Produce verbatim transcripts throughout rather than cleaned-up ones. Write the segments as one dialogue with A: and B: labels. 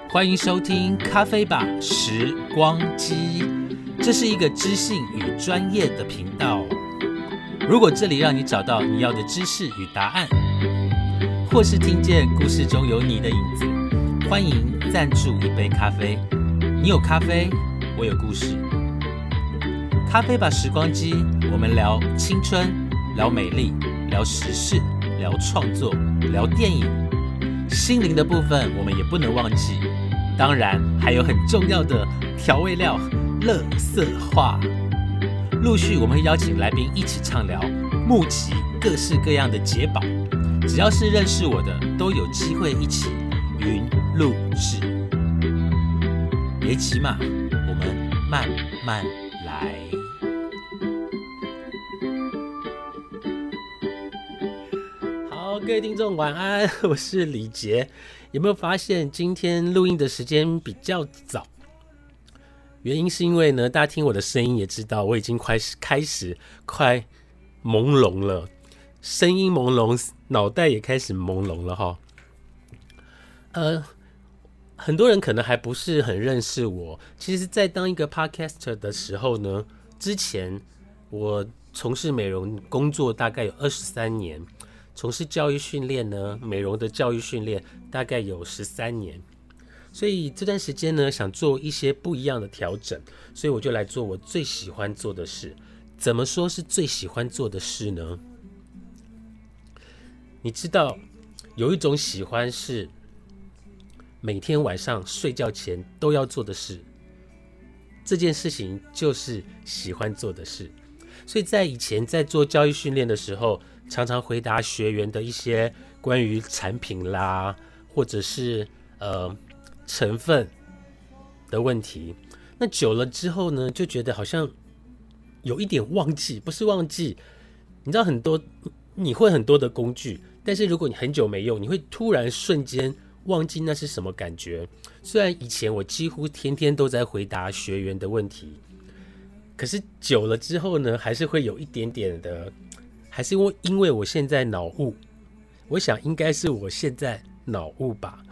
A: 欢迎收听咖啡吧时光机，这是一个知性与专业的频道。如果这里让你找到你要的知识与答案，或是听见故事中有你的影子，欢迎赞助一杯咖啡。你有咖啡，我有故事。咖啡吧时光机，我们聊青春，聊美丽，聊时事，聊创作，聊电影。心灵的部分我们也不能忘记，当然还有很重要的调味料垃圾话。陆续我们会邀请来宾一起畅聊，募集各式各样的解宝，只要是认识我的都有机会一起云录制。别急嘛，我们慢慢来。好，各位听众晚安，我是李杰。有没有发现今天录音的时间比较早？原因是因为呢，大家听我的声音也知道，我已经快开始快朦胧了，声音朦胧，脑袋也开始朦胧了哈。呃，很多人可能还不是很认识我。其实，在当一个 podcaster 的时候呢，之前我从事美容工作大概有二十三年，从事教育训练呢，美容的教育训练大概有十三年。所以这段时间呢，想做一些不一样的调整，所以我就来做我最喜欢做的事。怎么说是最喜欢做的事呢？你知道有一种喜欢是每天晚上睡觉前都要做的事，这件事情就是喜欢做的事。所以在以前在做教育训练的时候，常常回答学员的一些关于产品啦，或者是呃成分的问题。那久了之后呢，就觉得好像有一点忘记，不是忘记，你知道很多你会很多的工具，但是如果你很久没用，你会突然瞬间忘记那是什么感觉。虽然以前我几乎天天都在回答学员的问题，可是久了之后呢，还是会有一点点的，还是因为我现在脑雾，我想应该是我现在脑雾吧。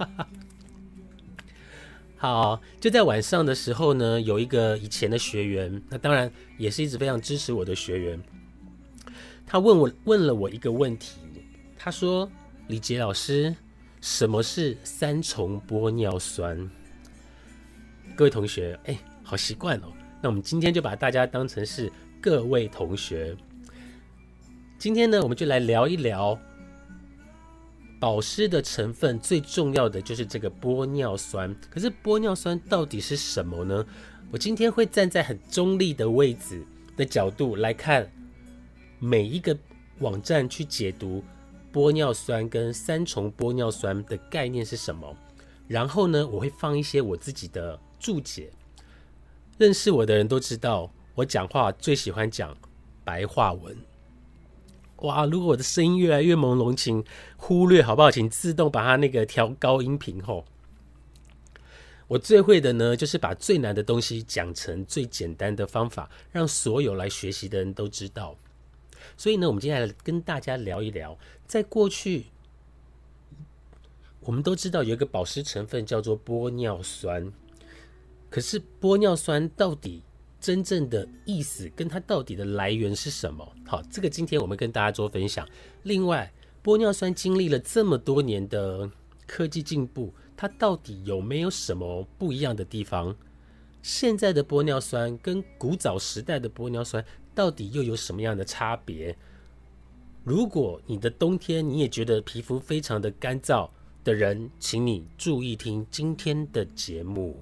A: 好，就在晚上的时候呢，有一个以前的学员，那当然也是一直非常支持我的学员，他问我问了我一个问题，他说：“李杰老师，什么是三重玻尿酸？”各位同学，哎，好习惯哦。那我们今天就把大家当成是各位同学。今天呢，我们就来聊一聊保湿的成分，最重要的就是这个玻尿酸。可是玻尿酸到底是什么呢？我今天会站在很中立的位置的角度来看每一个网站去解读玻尿酸跟三重玻尿酸的概念是什么。然后呢，我会放一些我自己的注解。认识我的人都知道，我讲话最喜欢讲白话文。哇，如果我的声音越来越朦胧，请忽略好不好？请自动把它那个调高音频吼。我最会的呢，就是把最难的东西讲成最简单的方法，让所有来学习的人都知道。所以呢，我们今天来跟大家聊一聊，在过去我们都知道有一个保湿成分叫做玻尿酸，可是玻尿酸到底真正的意思跟它到底的来源是什么？好，这个今天我们跟大家做分享。另外，玻尿酸经历了这么多年的科技进步，它到底有没有什么不一样的地方？现在的玻尿酸跟古早时代的玻尿酸到底又有什么样的差别？如果你的冬天你也觉得皮肤非常的干燥的人，请你注意听今天的节目。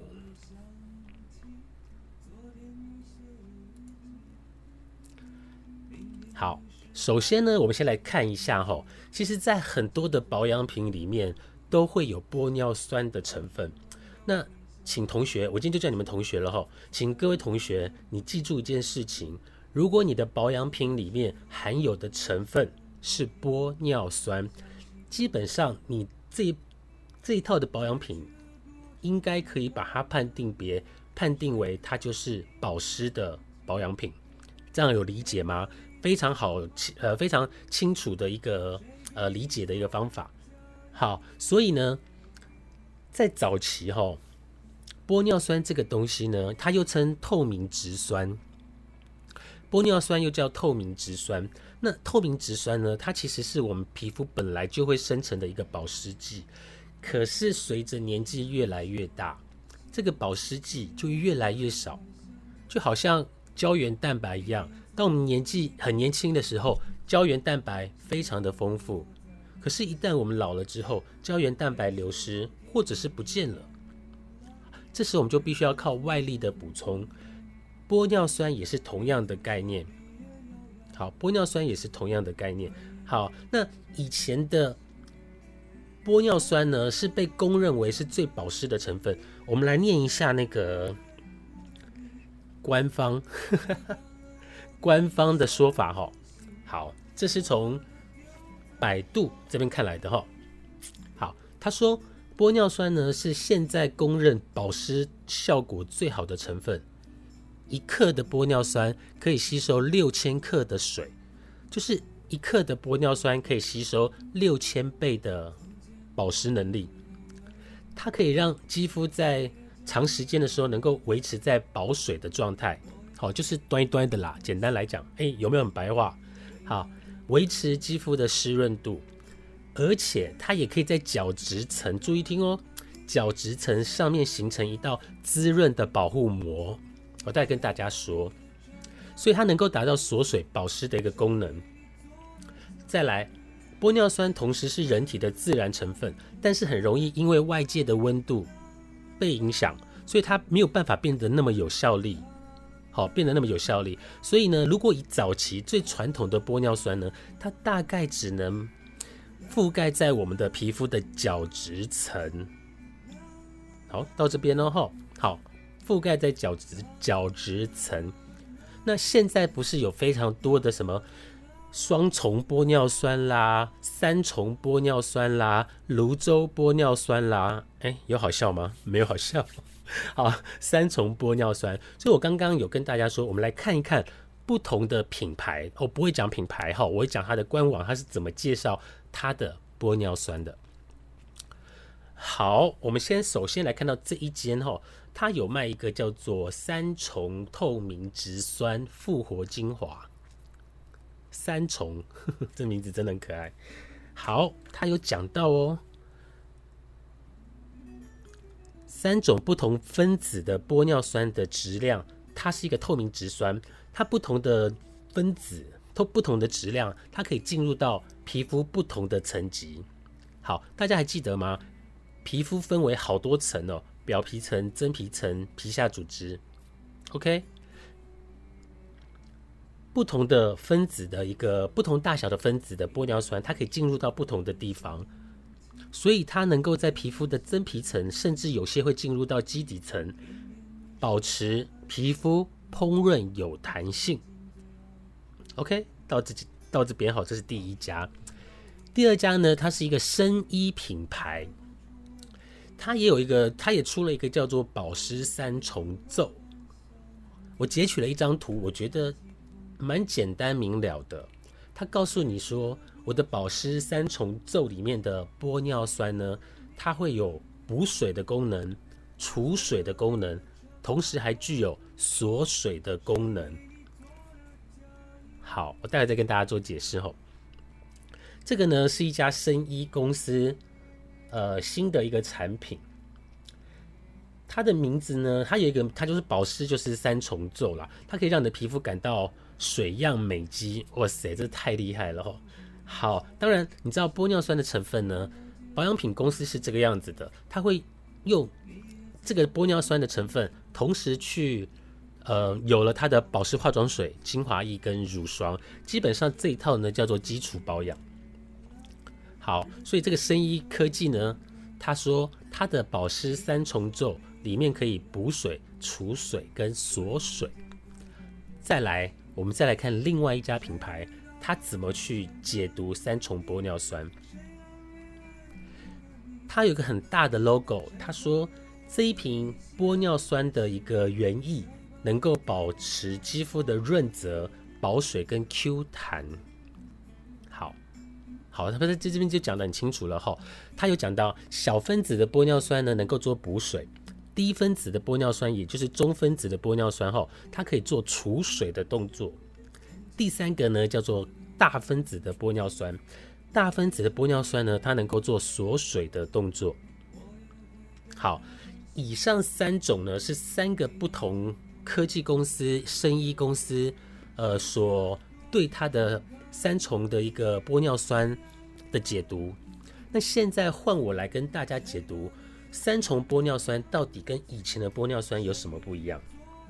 A: 好，首先呢，我们先来看一下齁，其实在很多的保养品里面都会有玻尿酸的成分。那请同学，我今天就叫你们同学了齁，请各位同学，你记住一件事情，如果你的保养品里面含有的成分是玻尿酸，基本上你这一这一套的保养品应该可以把它判定别判定为它就是保湿的保养品。这样有理解吗？非常好，呃，非常清楚的一个呃理解的一个方法。好，所以呢， 在早期哈、哦，玻尿酸这个东西呢，它又称透明质酸。玻尿酸又叫透明质酸。那透明质酸呢，它其实是我们皮肤本来就会生成的一个保湿剂。可是随着年纪越来越大，这个保湿剂就越来越少，就好像胶原蛋白一样。当我们年纪很年轻的时候，胶原蛋白非常的丰富。可是，一旦我们老了之后，胶原蛋白流失或者是不见了，这时我们就必须要靠外力的补充。玻尿酸也是同样的概念。好，玻尿酸也是同样的概念。好，那以前的玻尿酸呢，是被公认为是最保湿的成分。我们来念一下那个官方官方的说法哈。好，这是从百度这边看来的哈。好，他说玻尿酸呢是现在公认保湿效果最好的成分。一克的玻尿酸可以吸收六千克的水，就是一克的玻尿酸可以吸收六千倍的保湿能力。它可以让肌肤在长时间的时候能够维持在保水的状态。好，就是端一端的啦。简单来讲，哎，有没有很白话？好，维持肌肤的湿润度，而且它也可以在角质层，注意听哦，角质层上面形成一道滋润的保护膜。我再跟大家说，所以它能够达到锁水保湿的一个功能。再来，玻尿酸同时是人体的自然成分，但是很容易因为外界的温度被影响，所以它没有办法变得那么有效力。好，变得那么有效力。所以呢，如果以早期最传统的玻尿酸呢，它大概只能覆盖在我们的皮肤的角质层。好，到这边哦，好。覆盖在角质角质层。那现在不是有非常多的什么双重玻尿酸啦、三重玻尿酸啦、泸州玻尿酸啦？哎，有好笑吗？没有好笑。好，三重玻尿酸。所以我刚刚有跟大家说，我们来看一看不同的品牌。我不会讲品牌哈，我会讲它的官网，它是怎么介绍它的玻尿酸的。好，我们先首先来看到这一间哈。它有卖一个叫做三重透明质酸复活精华，三重，呵呵，这名字真的很可爱。好，它有讲到哦，三种不同分子的玻尿酸的质量，它是一个透明质酸，它不同的分子，都不同的质量，它可以进入到皮肤不同的层级。好，大家还记得吗？皮肤分为好多层哦。表皮层、真皮层、皮下组织 ，OK， 不同的分子的一个不同大小的分子的玻尿酸，它可以进入到不同的地方，所以它能够在皮肤的真皮层，甚至有些会进入到基底层，保持皮肤烹润有弹性。OK， 到这到这边好，这是第一家。第二家呢，它是一个生医品牌。它也有一个，它也出了一个叫做保湿三重奏。我截取了一张图，我觉得蛮简单明了的。它告诉你说，我的保湿三重奏里面的玻尿酸呢，它会有补水的功能、储水的功能，同时还具有锁水的功能。好，我待会再跟大家做解释后。这个呢是一家生医公司。呃，新的一个产品，它的名字呢，它有一个，它就是保湿，就是三重奏啦。它可以让你的皮肤感到水样美肌，哇塞，这太厉害了哦。好，当然你知道玻尿酸的成分呢，保养品公司是这个样子的，它会用这个玻尿酸的成分，同时去呃有了它的保湿化妆水、精华液跟乳霜，基本上这一套呢叫做基础保养。好，所以这个生医科技呢，他说它的保湿三重奏里面可以补水、储水跟锁水。再来，我们再来看另外一家品牌，它怎么去解读三重玻尿酸。它有一个很大的 logo， 它说这一瓶玻尿酸的一个原意能够保持肌肤的润泽、保水跟 Q 弹。好。 好，他在这边就讲得很清楚了哈。他有讲到小分子的玻尿酸呢，能够做补水；低分子的玻尿酸，也就是中分子的玻尿酸哈，它可以做除水的动作。第三个呢，叫做大分子的玻尿酸。大分子的玻尿酸呢，它能够做锁水的动作。好，以上三种呢，是三个不同科技公司、生医公司，呃，所对它的三重的一个玻尿酸的解读。那现在换我来跟大家解读三重玻尿酸到底跟以前的玻尿酸有什么不一样。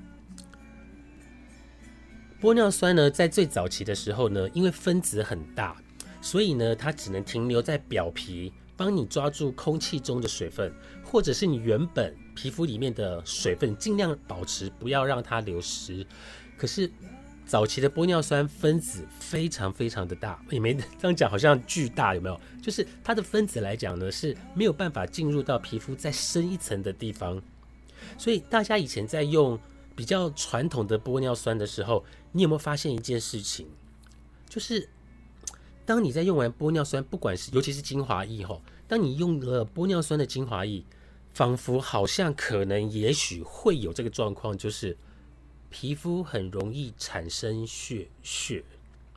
A: 玻尿酸呢，在最早期的时候呢，因为分子很大，所以呢，它只能停留在表皮，帮你抓住空气中的水分，或者是你原本皮肤里面的水分，尽量保持，不要让它流失。可是早期的玻尿酸分子非常非常的大，也没这样讲，好像巨大，有没有？就是它的分子来讲呢，是没有办法进入到皮肤再深一层的地方。所以大家以前在用比较传统的玻尿酸的时候，你有没有发现一件事情？就是当你在用完玻尿酸，不管是尤其是精华液后，当你用了玻尿酸的精华液，仿佛好像可能也许会有这个状况，就是皮肤很容易产生屑屑。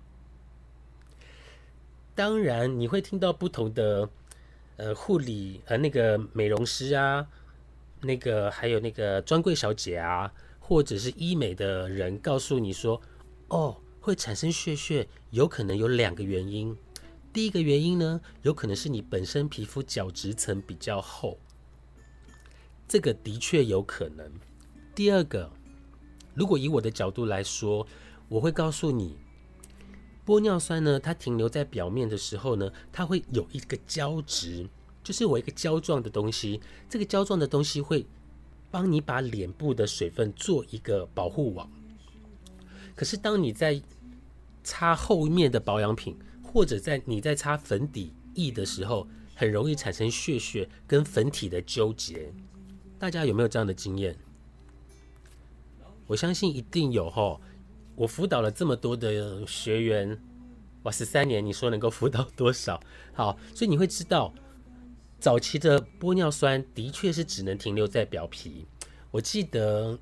A: 当然，你会听到不同的呃护理呃那个美容师啊，那个还有那个专柜小姐啊，或者是医美的人告诉你说，哦，会产生屑屑，有可能有两个原因。第一个原因呢，有可能是你本身皮肤角质层比较厚，这个的确有可能。第二个，如果以我的角度来说，我会告诉你，玻尿酸呢，它停留在表面的时候呢，它会有一个胶质，就是有一个胶状的东西，这个胶状的东西会帮你把脸部的水分做一个保护网。可是当你在擦后面的保养品，或者在你在擦粉底液的时候，很容易产生屑屑跟粉体的纠结。大家有没有这样的经验？我相信一定有齁。我辅导了这么多的学员，哇，十三年，你说能够辅导多少？好，所以你会知道，早期的玻尿酸的确是只能停留在表皮。我记得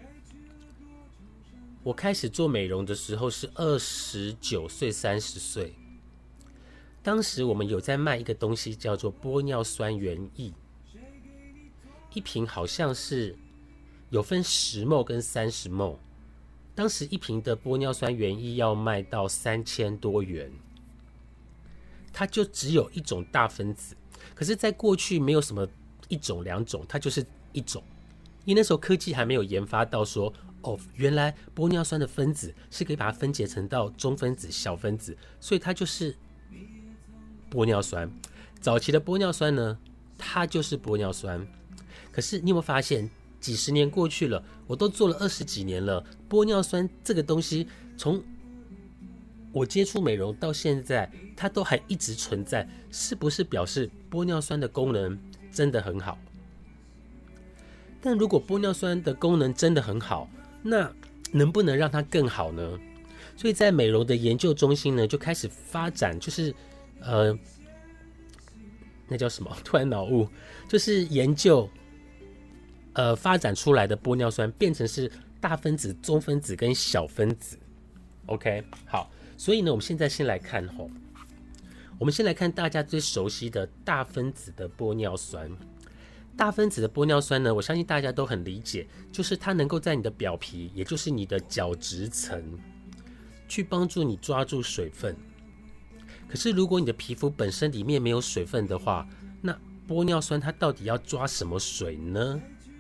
A: 我开始做美容的时候是二十九岁、三十岁，当时我们有在卖一个东西叫做玻尿酸原液，一瓶好像是有分十 ml 跟三十 ml， 当时一瓶的玻尿酸原液要卖到三千多元，它就只有一种大分子，可是在过去没有什么一种两种，它就是一种，因为那时候科技还没有研发到说，哦，原来玻尿酸的分子是可以把它分解成到中分子、小分子，所以它就是玻尿酸。早期的玻尿酸呢，它就是玻尿酸。可是你有没有发现，几十年过去了，我都做了二十几年了，玻尿酸这个东西，从我接触美容到现在，它都还一直存在，是不是表示玻尿酸的功能真的很好？但如果玻尿酸的功能真的很好，那能不能让它更好呢？所以在美容的研究中心呢，就开始发展，就是呃，那叫什么？突然脑雾，就是研究呃发展出来的玻尿酸变成是大分子、中分子跟小分子。OK， 好，所以呢，我们现在先来看吼，我们先来看大家最熟悉的大分子的玻尿酸。大分子的玻尿酸呢，我相信大家都很理解，就是它能够在你的表皮，也就是你的角质层，去帮助你抓住水分。可是如果你的皮肤本身里面没有水分的话，那玻尿酸它到底要抓什么水呢？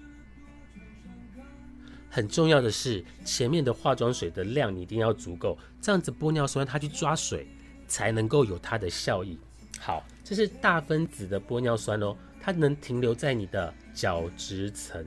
A: 很重要的是，前面的化妆水的量你一定要足够，这样子玻尿酸它去抓水才能够有它的效益。好，这是大分子的玻尿酸哦，它能停留在你的角质层。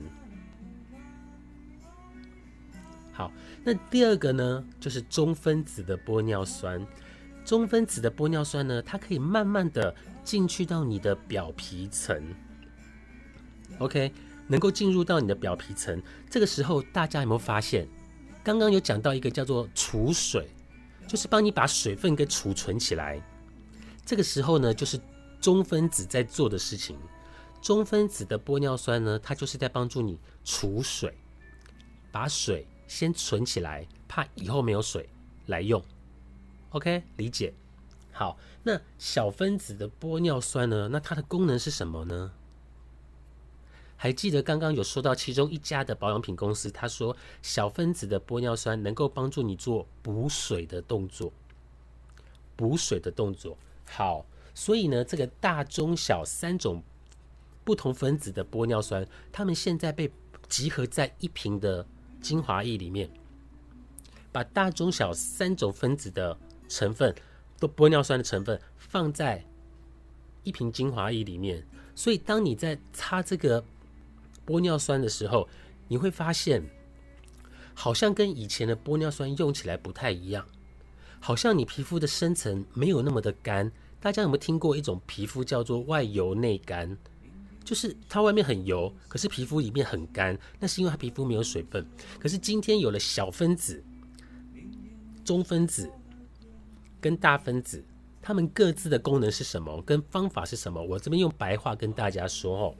A: 好，那第二个呢，就是中分子的玻尿酸。中分子的玻尿酸呢，它可以慢慢的进去到你的表皮层 ，OK， 能够进入到你的表皮层。这个时候，大家有没有发现，刚刚有讲到一个叫做储水，就是帮你把水分给储存起来。 这个时候呢，就是中分子在做的事情。中分子的玻尿酸呢，它就是在帮助你储水，把水先存起来，怕以后没有水来用。OK， 理解。好，那小分子的玻尿酸呢，那它的功能是什么呢？还记得刚刚有说到其中一家的保养品公司，他说小分子的玻尿酸能够帮助你做补水的动作，补水的动作。好，所以呢，这个大、中、小三种不同分子的玻尿酸，它们现在被集合在一瓶的精华液里面，把大、中、小三种分子的成分，都玻尿酸的成分放在一瓶精华液里面。所以当你在擦这个玻尿酸的时候，你会发现好像跟以前的玻尿酸用起来不太一样，好像你皮肤的深层没有那么的干。大家有没有听过一种皮肤叫做外油内干？就是它外面很油，可是皮肤里面很干，那是因为它皮肤没有水分。可是今天有了小分子、中分子跟大分子，它们各自的功能是什么，跟方法是什么？我这边用白话跟大家说哦。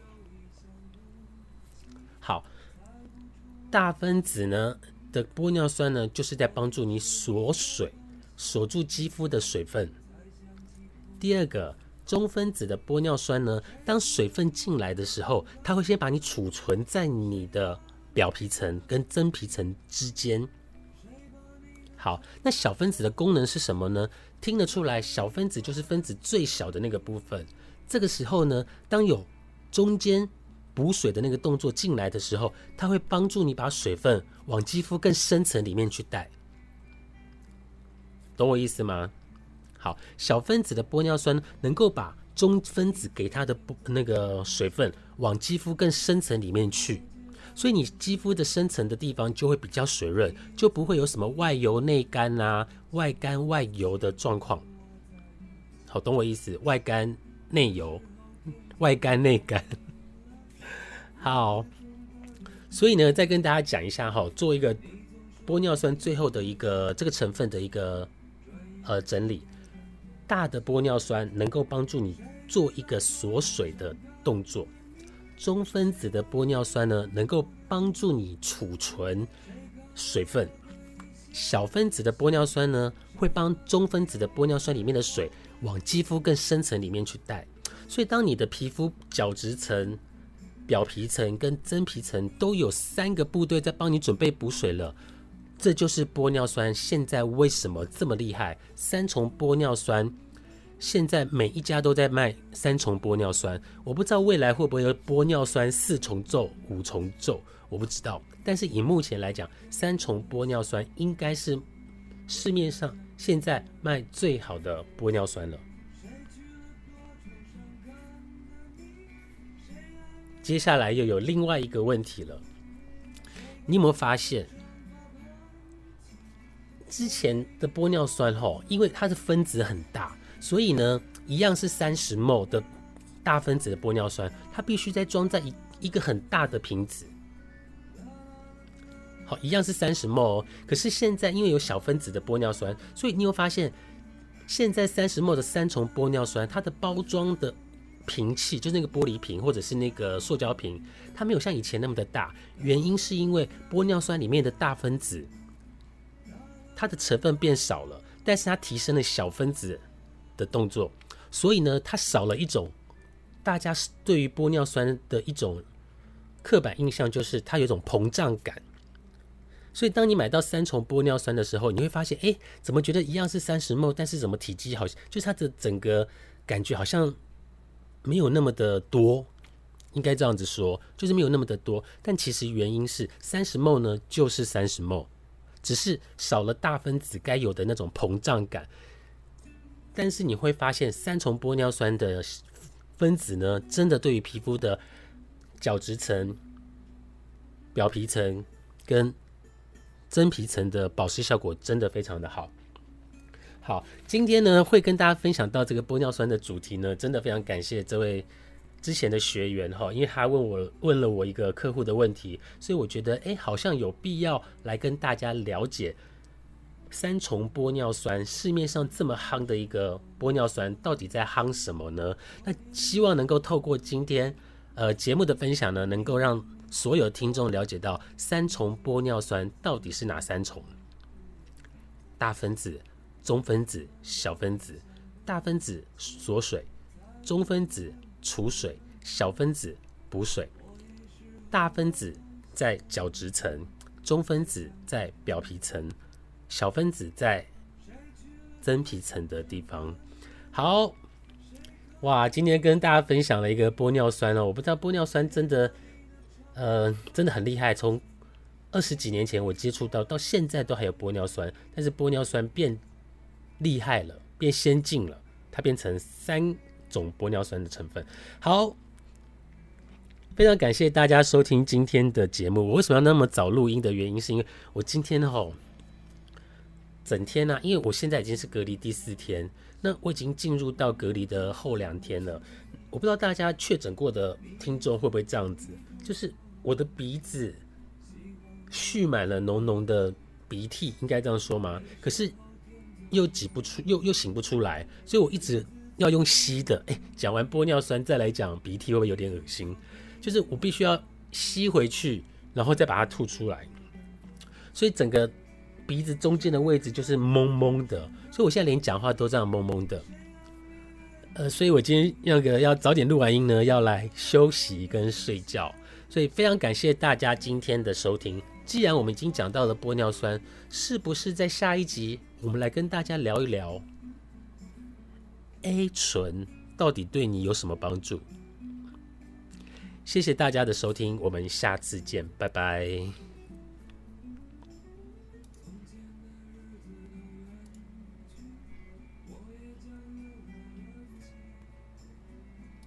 A: 好，大分子呢的玻尿酸呢，就是在帮助你锁水，锁住肌肤的水分。第二个，中分子的玻尿酸呢，当水分进来的时候，它会先把你储存在你的表皮层跟真皮层之间。好，那小分子的功能是什么呢？听得出来，小分子就是分子最小的那个部分。这个时候呢，当有中间补水的那个动作进来的时候，它会帮助你把水分往肌肤更深层里面去带。懂我意思吗？好，小分子的玻尿酸能够把中分子给它的那个水分往肌肤更深层里面去，所以你肌肤的深层的地方就会比较水润，就不会有什么外油内干啊、外干外油的状况。好，懂我意思？外干内油，外干内干。好，所以呢，再跟大家讲一下哈，做一个玻尿酸最后的一个这个成分的一个呃整理。大的玻尿酸能够帮助你做一个锁水的动作，中分子的玻尿酸呢，能够帮助你储存水分，小分子的玻尿酸呢，会帮中分子的玻尿酸里面的水往肌肤更深层里面去带。所以当你的皮肤角质层、表皮层跟真皮层都有三个部队在帮你准备补水了，这就是玻尿酸现在为什么这么厉害。三重玻尿酸现在每一家都在卖三重玻尿酸，我不知道未来会不会有玻尿酸四重奏、五重奏，我不知道。但是以目前来讲，三重玻尿酸应该是市面上现在卖最好的玻尿酸了。接下来又有另外一个问题了，你有没有发现？之前的玻尿酸吼，因为它的分子很大，所以呢，一样是三十 毫升的大分子的玻尿酸，它必须再装在 一, 一个很大的瓶子。好，一样是三十 毫升，可是现在因为有小分子的玻尿酸，所以你有发现，现在三十 毫升的三重玻尿酸，它的包装的瓶器，就是那个玻璃瓶或者是那个塑胶瓶，它没有像以前那么的大。原因是因为玻尿酸里面的大分子，它的成分变少了，但是它提升了小分子的动作，所以呢，它少了一种大家对于玻尿酸的一种刻板印象，就是它有一种膨胀感。所以当你买到三重玻尿酸的时候，你会发现，哎，怎么觉得一样是三十 毫升，但是怎么体积好像就是它的整个感觉好像没有那么的多，应该这样子说，就是没有那么的多。但其实原因是三十 毫升呢，就是三十 毫升。只是少了大分子该有的那种膨胀感，但是你会发现三重玻尿酸的分子呢，真的对于皮肤的角质层、表皮层跟真皮层的保湿效果真的非常的好。好，今天呢会跟大家分享到这个玻尿酸的主题呢，真的非常感谢这位之前的学员哈，因为他问我问了我一个客户的问题，所以我觉得哎，好像有必要来跟大家了解三重玻尿酸，市面上这么夯的一个玻尿酸，到底在夯什么呢？那希望能够透过今天呃节目的分享呢，能够让所有听众了解到三重玻尿酸到底是哪三重？大分子、中分子、小分子。大分子锁水，中分子储水，小分子补水。大分子在角质层，中分子在表皮层，小分子在真皮层的地方。好，哇，今天跟大家分享了一个玻尿酸哦，我不知道玻尿酸真的，呃，真的很厉害。从二十几年前我接触到，到现在都还有玻尿酸，但是玻尿酸变厉害了，变先进了，它变成三种玻尿酸的成分。好。非常感谢大家收听今天的节目。我为什么要那么早录音的原因，是因为我今天吼整天啊，因为我现在已经是隔离第四天，那我已经进入到隔离的后两天了。我不知道大家确诊过的听众会不会这样子，就是我的鼻子蓄满了浓浓的鼻涕，应该这样说吗？可是又挤不出，又又擤不出来，所以我一直要用吸的。哎，讲完玻尿酸再来讲鼻涕，会不会有点恶心？就是我必须要吸回去，然后再把它吐出来，所以整个鼻子中间的位置就是蒙蒙的，所以我现在连讲话都这样蒙蒙的。呃，所以我今天那个要早点录完音呢，要来休息跟睡觉。所以非常感谢大家今天的收听。既然我们已经讲到了玻尿酸，是不是在下一集我们来跟大家聊一聊 A 醇到底对你有什么帮助？谢谢大家的收听，我们下次见，拜拜。